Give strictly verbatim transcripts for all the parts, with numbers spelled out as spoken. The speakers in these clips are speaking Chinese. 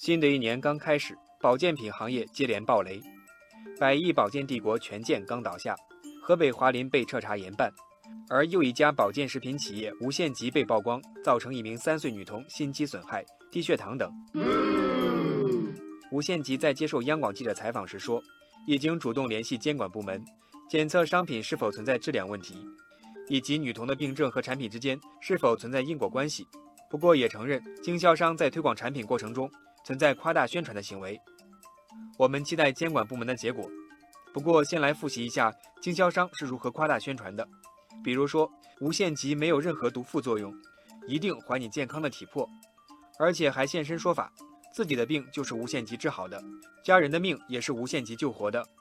新的一年刚开始，保健品行业接连爆雷，百亿保健帝国权健刚倒下，河北华林被彻查严办，而又一家保健食品企业无限极被曝光，造成一名三岁女童心肌损害、低血糖等。无限极在接受央广记者采访时说，已经主动联系监管部门，检测商品是否存在质量问题，以及女童的病症和产品之间是否存在因果关系。不过也承认，经销商在推广产品过程中存在夸大宣传的行为。我们期待监管部门的结果。不过先来复习一下经销商是如何夸大宣传的。比如说，无限极没有任何毒副作用，一定还你健康的体魄，而且还现身说法，自己的病就是无限极治好的，家人的命也是无限极救活的。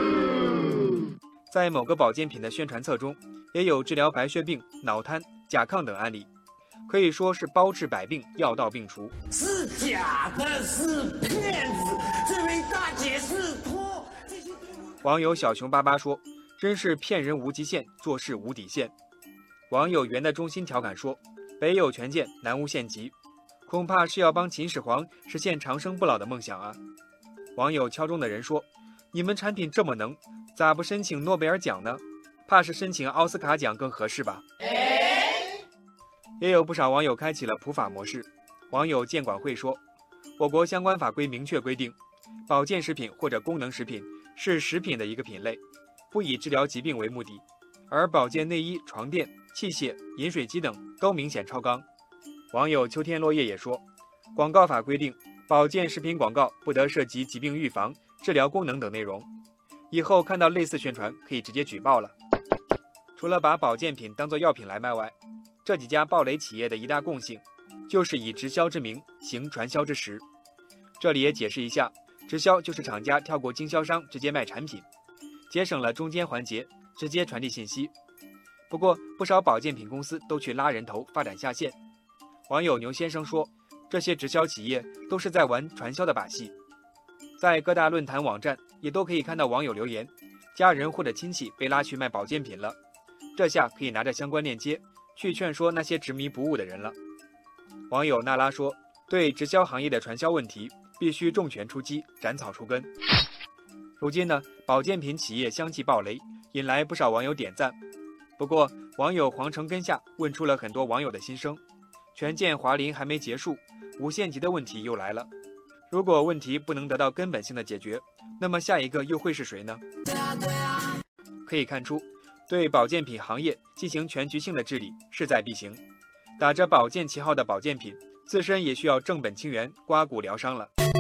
在某个保健品的宣传册中，也有治疗白血病、脑瘫、甲亢等案例，可以说是包治百病，药到病除。 是假的，是骗子，这位大姐是托。 网友小熊巴巴说，真是骗人无极限，做事无底线。网友圆的中心调侃说，北有权健，南无限极，恐怕是要帮秦始皇实现长生不老的梦想啊。网友敲钟的人说，你们产品这么能，咋不申请诺贝尔奖呢？怕是申请奥斯卡奖更合适吧。也有不少网友开启了普法模式。网友监管会说，我国相关法规明确规定，保健食品或者功能食品是食品的一个品类，不以治疗疾病为目的，而保健内衣、床垫、器械、饮水机等都明显超纲。网友秋天落叶也说，广告法规定，保健食品广告不得涉及疾病预防、治疗功能等内容，以后看到类似宣传可以直接举报了。除了把保健品当作药品来卖外，这几家爆雷企业的一大共性，就是以直销之名行传销之实。这里也解释一下，直销就是厂家跳过经销商直接卖产品，节省了中间环节，直接传递信息。不过不少保健品公司都去拉人头发展下线。网友牛先生说，这些直销企业都是在玩传销的把戏。在各大论坛网站也都可以看到网友留言，家人或者亲戚被拉去卖保健品了，这下可以拿着相关链接去劝说那些执迷不悟的人了。网友娜拉说，对直销行业的传销问题必须重拳出击，斩草除根。如今呢，保健品企业相继爆雷，引来不少网友点赞。不过网友皇城根下问出了很多网友的心声，权健华林还没结束，无限极的问题又来了。如果问题不能得到根本性的解决，那么下一个又会是谁呢？可以看出，对保健品行业进行全局性的治理势在必行。打着保健旗号的保健品，自身也需要正本清源，刮骨疗伤了。